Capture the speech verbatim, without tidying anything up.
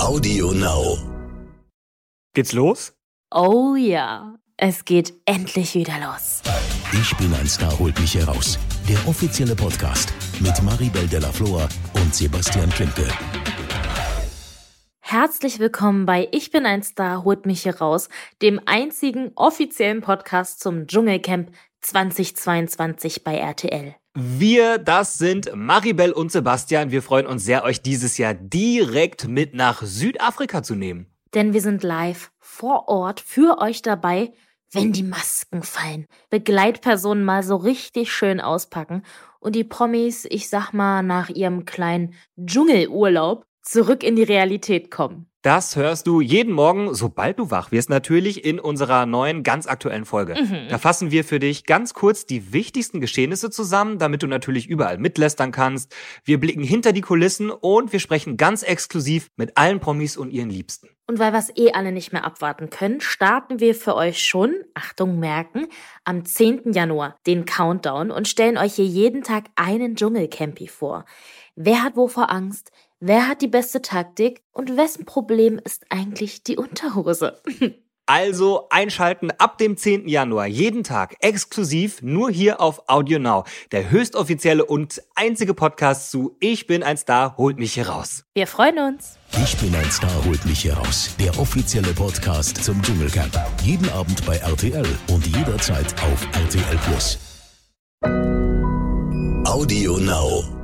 Audio Now. Geht's los? Oh ja, es geht endlich wieder los. Ich bin ein Star, holt mich heraus. Der offizielle Podcast mit Maribel Della Flor und Sebastian Klimke. Herzlich willkommen bei Ich bin ein Star, holt mich hier raus, dem einzigen offiziellen Podcast zum Dschungelcamp zweitausendzweiundzwanzig bei R T L. Wir, das sind Maribel und Sebastian. Wir freuen uns sehr, euch dieses Jahr direkt mit nach Südafrika zu nehmen. Denn wir sind live vor Ort für euch dabei, wenn die Masken fallen, Begleitpersonen mal so richtig schön auspacken und die Promis, ich sag mal, nach ihrem kleinen Dschungelurlaub zurück in die Realität kommen. Das hörst du jeden Morgen, sobald du wach wirst, natürlich in unserer neuen, ganz aktuellen Folge. Mhm. Da fassen wir für dich ganz kurz die wichtigsten Geschehnisse zusammen, damit du natürlich überall mitlästern kannst. Wir blicken hinter die Kulissen und wir sprechen ganz exklusiv mit allen Promis und ihren Liebsten. Und weil wir es eh alle nicht mehr abwarten können, starten wir für euch schon, Achtung merken, am zehnten Januar den Countdown und stellen euch hier jeden Tag einen Dschungelcampi vor. Wer hat wovor Angst? Wer hat die beste Taktik? Und wessen Problem ist eigentlich die Unterhose? Also einschalten ab dem zehnten Januar, jeden Tag, exklusiv, nur hier auf Audio Now. Der höchstoffizielle und einzige Podcast zu Ich bin ein Star, holt mich hier raus. Wir freuen uns. Ich bin ein Star, holt mich hier raus. Der offizielle Podcast zum Dschungelcamp. Jeden Abend bei R T L und jederzeit auf R T L Plus. Audio Now.